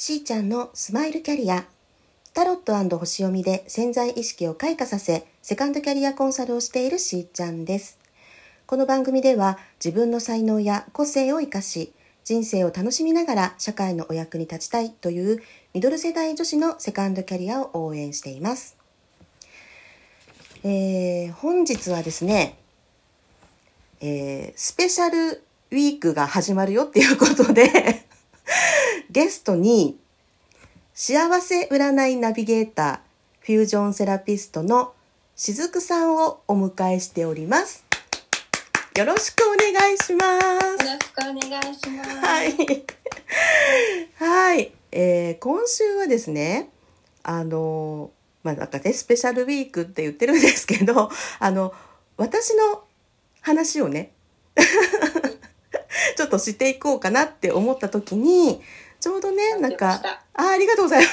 しーちゃんのスマイルキャリア。タロット&星読みで潜在意識を開花させ、セカンドキャリアコンサルをしているしーちゃんです。この番組では自分の才能や個性を生かし、人生を楽しみながら社会のお役に立ちたいというミドル世代女子のセカンドキャリアを応援しています。本日はですね、スペシャルウィークが始まるよっていうことでゲストに幸せ占いナビゲーター、フュージョンセラピストのしずくさんをお迎えしております。よろしくお願いします。 よろしくお願いします。 はい。はい。今週はですね、なんかね、スペシャルウィークって言ってるんですけど、私の話をね、ちょっとしていこうかなって思った時に、ちょうどね、なんか、ありがとうございます。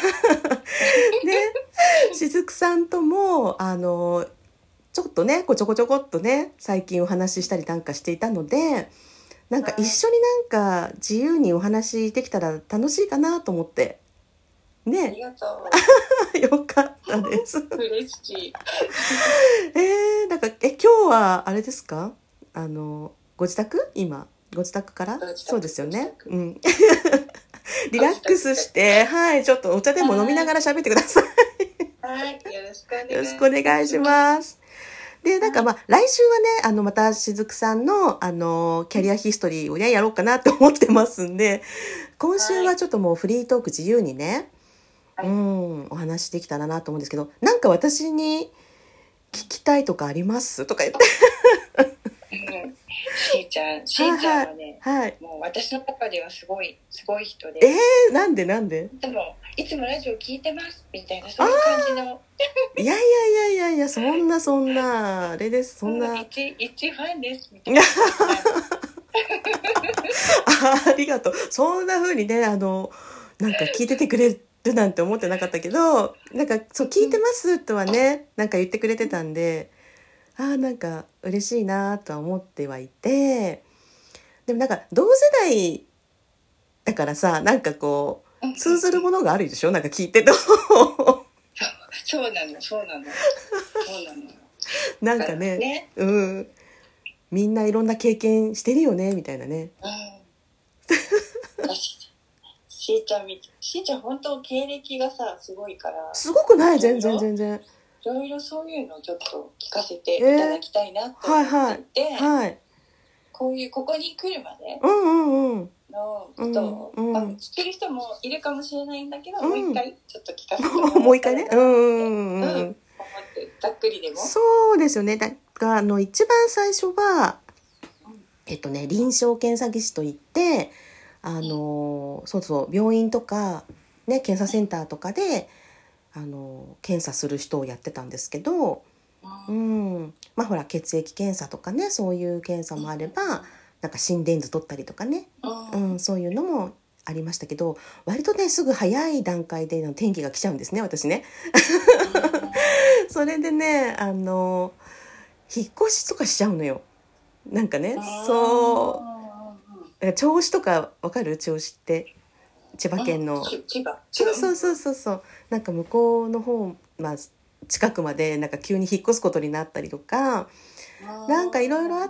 ね、しずくさんとも、ちょっとね、ちょこちょこっとね、最近お話ししたりなんかしていたので、なんか一緒になんか自由にお話できたら楽しいかなと思って。ね。 ありがとう。よかったです。 嬉しい。 なんか、今日はあれですか？ご自宅？今。ご自宅からそうですよね。うん。リラックスして、はい、ちょっとお茶でも飲みながら喋ってください。 はい、よろしくお願いします。 よろしくお願いします。で、なんか来週はね、またしずくさんの、キャリアヒストリーをね、やろうかなと思ってますんで、今週はちょっともうフリートーク自由にね、お話できたらなと思うんですけど、なんか私に聞きたいとかありますとか言って。 しーちゃんはね、 はい、 もう私の中ではすごい人で。 なんでいつもラジオ聞いてますみたいな、そういう感じの。 いや、そんな、あれです、そんな。 一ファンですみたいな。 ありがとう。そんな風にね、なんか聞いててくれるなんて思ってなかったけど、なんかそう聞いてますとはね、なんか言ってくれてたんで、なんか嬉しいなとは思ってはいて、でもなんか同世代だからさ、なんかこう通ずるものがあるでしょ、なんか聞いてと。 そうなの。 なんかね、みんないろんな経験してるよねみたいなね。 しーちゃん本当経歴がさすごいから。 すごくない？全然。 いろいろそういうのをちょっと聞かせていただきたいなと思っていて、ここに来るまでのことを、聞ける人もいるかもしれないんだけど、もう一回ちょっと聞かせてもらったらもう一回ね、思ってざっくりでも。 そうですよね。だから一番最初は臨床検査技師といって、病院とかね、検査センターとかで検査する人をやってたんですけど、ほら血液検査とかね、そういう検査もあれば、なんか心電図取ったりとかね、そういうのもありましたけど、割とねすぐ早い段階での転機が来ちゃうんですね、私ね。それでね、引っ越しとかしちゃうのよ。なんかね、銚子とかわかる？銚子って千葉県の、そうなんか向こうの方、近くまでなんか急に引っ越すことになったりとか、なんかいろいろあって、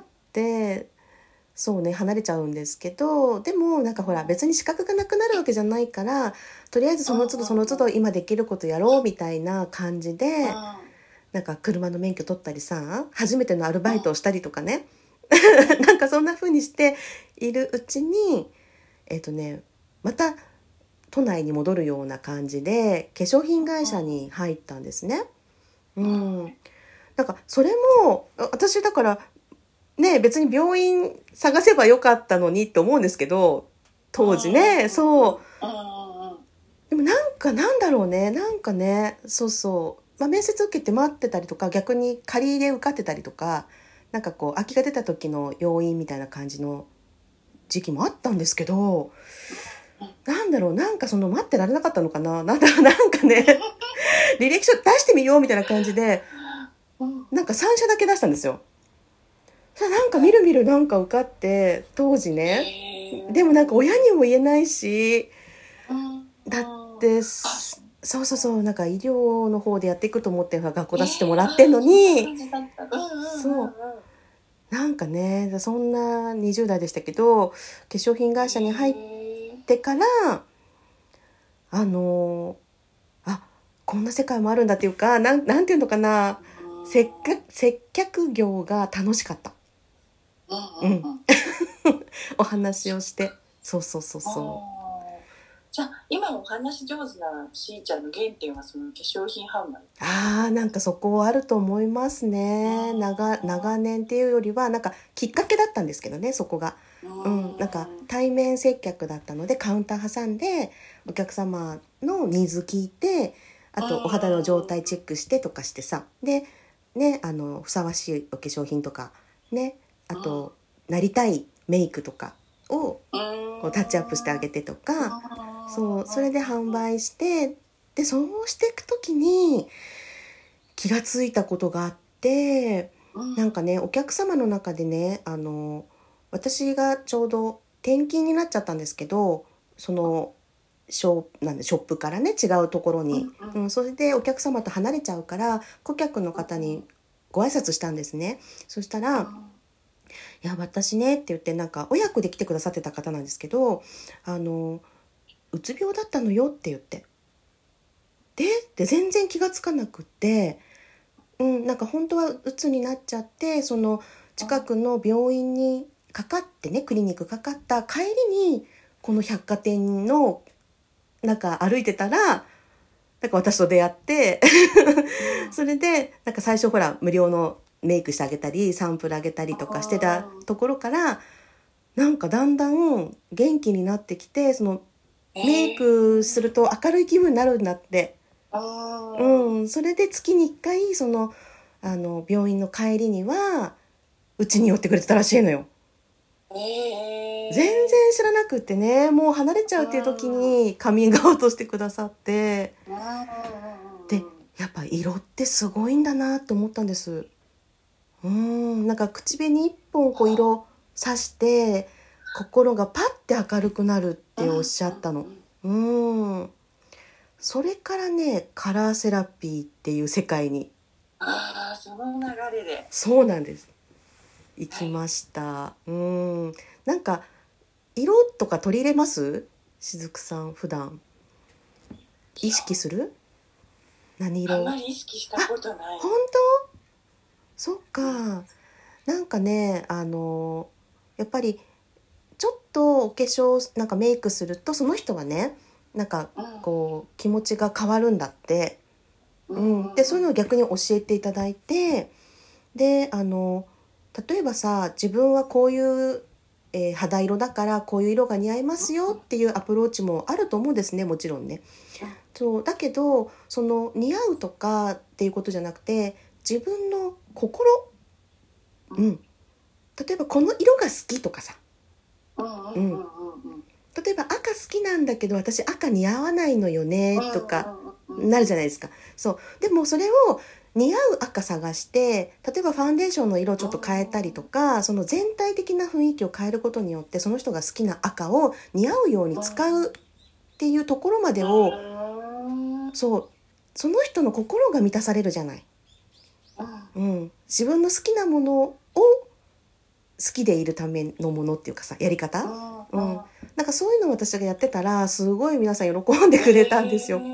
そうね、離れちゃうんですけど、でもなんかほら別に資格がなくなるわけじゃないから、とりあえずその都度今できることやろうみたいな感じで、なんか車の免許取ったりさ、初めてのアルバイトをしたりとかね、なんかそんな風にしているうちにまた都内に戻るような感じで化粧品会社に入ったんですね。なんかそれも私だからね、別に病院探せばよかったのにって思うんですけど、当時ね、そう。でもなんだろうね、なんかね、面接受けて待ってたりとか、逆に仮で受かってたりとか、なんかこう空きが出た時の要因みたいな感じの時期もあったんですけど、なんだろう、なんかその待ってられなかったのかな、なんかね履歴書出してみようみたいな感じで、なんか3社だけ出したんですよ。なんかみるなんか受かって、当時ね。でもなんか親にも言えないし、だっで、そうそうそう、なんか医療の方でやっていくと思って学校出してもらってんのに、そうなんかね、そんな20代でしたけど、化粧品会社に入ってから、こんな世界もあるんだっていうか、なんていうのかな、接客業が楽しかった。お話をして、そうそうそうそう。 じゃあ今お話上手なしーちゃんの原点はその化粧品販売。 なんかそこあると思いますね。長年っていうよりはなんかきっかけだったんですけどね、そこが。なんか対面接客だったのでカウンター挟んでお客様のニーズ聞いて、あとお肌の状態チェックしてとかしてさ、でね、ふさわしいお化粧品とかね、あとなりたいメイクとかをこうタッチアップしてあげてとか、それで販売して、でそうしていくときに気がついたことがあって、なんかね、お客様の中でね、私がちょうど転勤になっちゃったんですけど、そのショップからね違うところに、それでお客様と離れちゃうから顧客の方にご挨拶したんですね。そしたら、いや私ねって言って、なんか親子で来てくださってた方なんですけど、うつ病だったのよって言って、で全然気がつかなくって、なんか本当はうつになっちゃって、その近くの病院にかかってね、クリニックかかった帰りにこの百貨店の中歩いてたら、なんか私と出会ってそれでなんか最初ほら無料のメイクしてあげたりサンプルあげたりとかしてたところから、なんかだんだん元気になってきて、そのメイクすると明るい気分になるんだって。それで月に1回その病院の帰りにはうちに寄ってくれてたらしいのよ。全然知らなくってね、もう離れちゃうっていう時にカミングアウトしてくださって、でやっぱ色ってすごいんだなって思ったんです。なんか口紅一本こう色さして心がパッて明るくなるっておっしゃったの。それからね、カラーセラピーっていう世界に、 その流れで、 そうなんです、行きました。なんか色とか取り入れます？しずくさん普段意識する？何色？ あんまり意識したことない。 本当？そっか。なんかね、やっぱりちょっとお化粧なんかメイクするとその人はね、なんかこう気持ちが変わるんだって。でそういうのを逆に教えていただいて、で例えばさ、自分はこういう、肌色だからこういう色が似合いますよっていうアプローチもあると思うんですね、もちろんね。そうだけど、その似合うとかっていうことじゃなくて、自分の心、例えばこの色が好きとかさ、例えば赤好きなんだけど私赤似合わないのよねとかなるじゃないですか。そうでもそれを似合う赤探して、例えばファンデーションの色をちょっと変えたりとか、その全体的な雰囲気を変えることによってその人が好きな赤を似合うように使うっていうところまでを、その人の心が満たされるじゃない。自分の好きなものを好きでいるためのものっていうかさ、やり方、なんかそういうのを私がやってたらすごい皆さん喜んでくれたんですよ。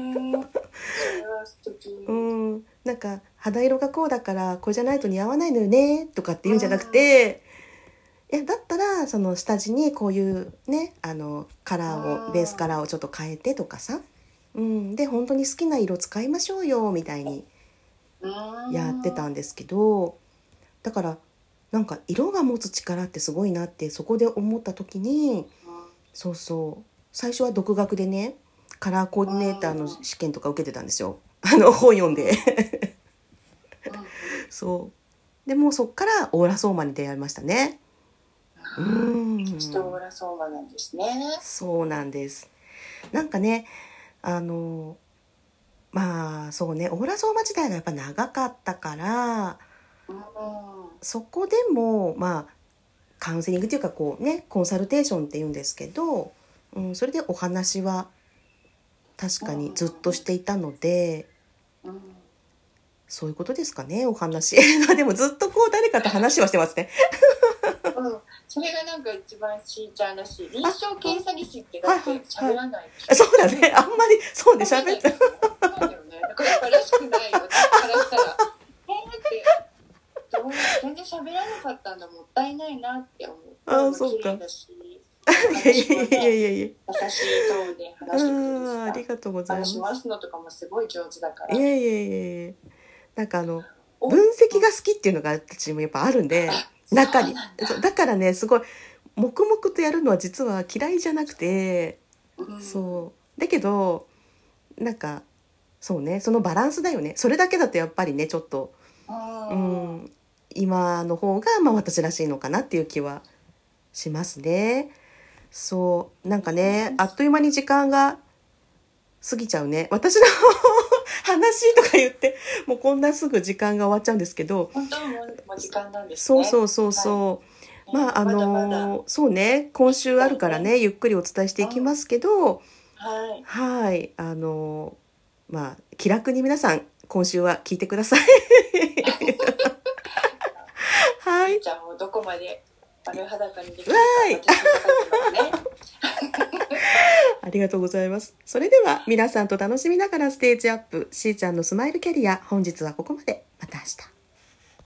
なんか肌色がこうだからこれじゃないと似合わないのよねとかって言うんじゃなくて、いやだったらその下地にこういうねカラーをベースカラーをちょっと変えてとかさ、で本当に好きな色使いましょうよみたいにやってたんですけど、だからなんか色が持つ力ってすごいなってそこで思った時に、そう最初は独学でねカラーコーディネーターの試験とか受けてたんですよ。本読んでそうでもそっからオーラソーマに出会いましたね。 オーラソーマなんですね。 そうなんです。なんかねまあそうね、オーラソーマ自体がやっぱ長かったから、そこでもまあカウンセリングっていうかこうねコンサルテーションっていうんですけど、それでお話は確かにずっとしていたので、そういうことですかね、お話。でもずっとこう誰かと話はしてますね。 それがなんか一番しーちゃんらしい。臨床検査技師ってだって喋らないでしょ。 そうだね、あんまりそうね、喋って。 そうだよね。だからやっぱらしくないよ、私からしたら。って全然喋らなかったんだ、もったいないなって思う。あ、そうか。いやいやいやいやいや。優しいトーンで話してくれるしさ。ありがとうございます。話すのとかもすごい上手だから。 いやいやいやいや。なんか分析が好きっていうのが私もやっぱあるんで、中に。だからね、すごい黙々とやるのは実は嫌いじゃなくて、そうだけどなんかそうね、そのバランスだよね。それだけだとやっぱりねちょっと今の方が私らしいのかなっていう気はしますね。そうなんかね、あっという間に時間が過ぎちゃうね。私の話とか言ってもうこんなすぐ時間が終わっちゃうんですけど、 本当もう時間なんですね。 そう、そうね、今週あるからね、ゆっくりお伝えしていきますけど、はい、気楽に皆さん今週は聞いてください。 はい。じゃあもうどこまで丸裸にできるか私にかかってますね。 ありがとうございます。それでは皆さんと楽しみながらステージアップ、しーちゃんのスマイルキャリア、本日はここまで。また明日。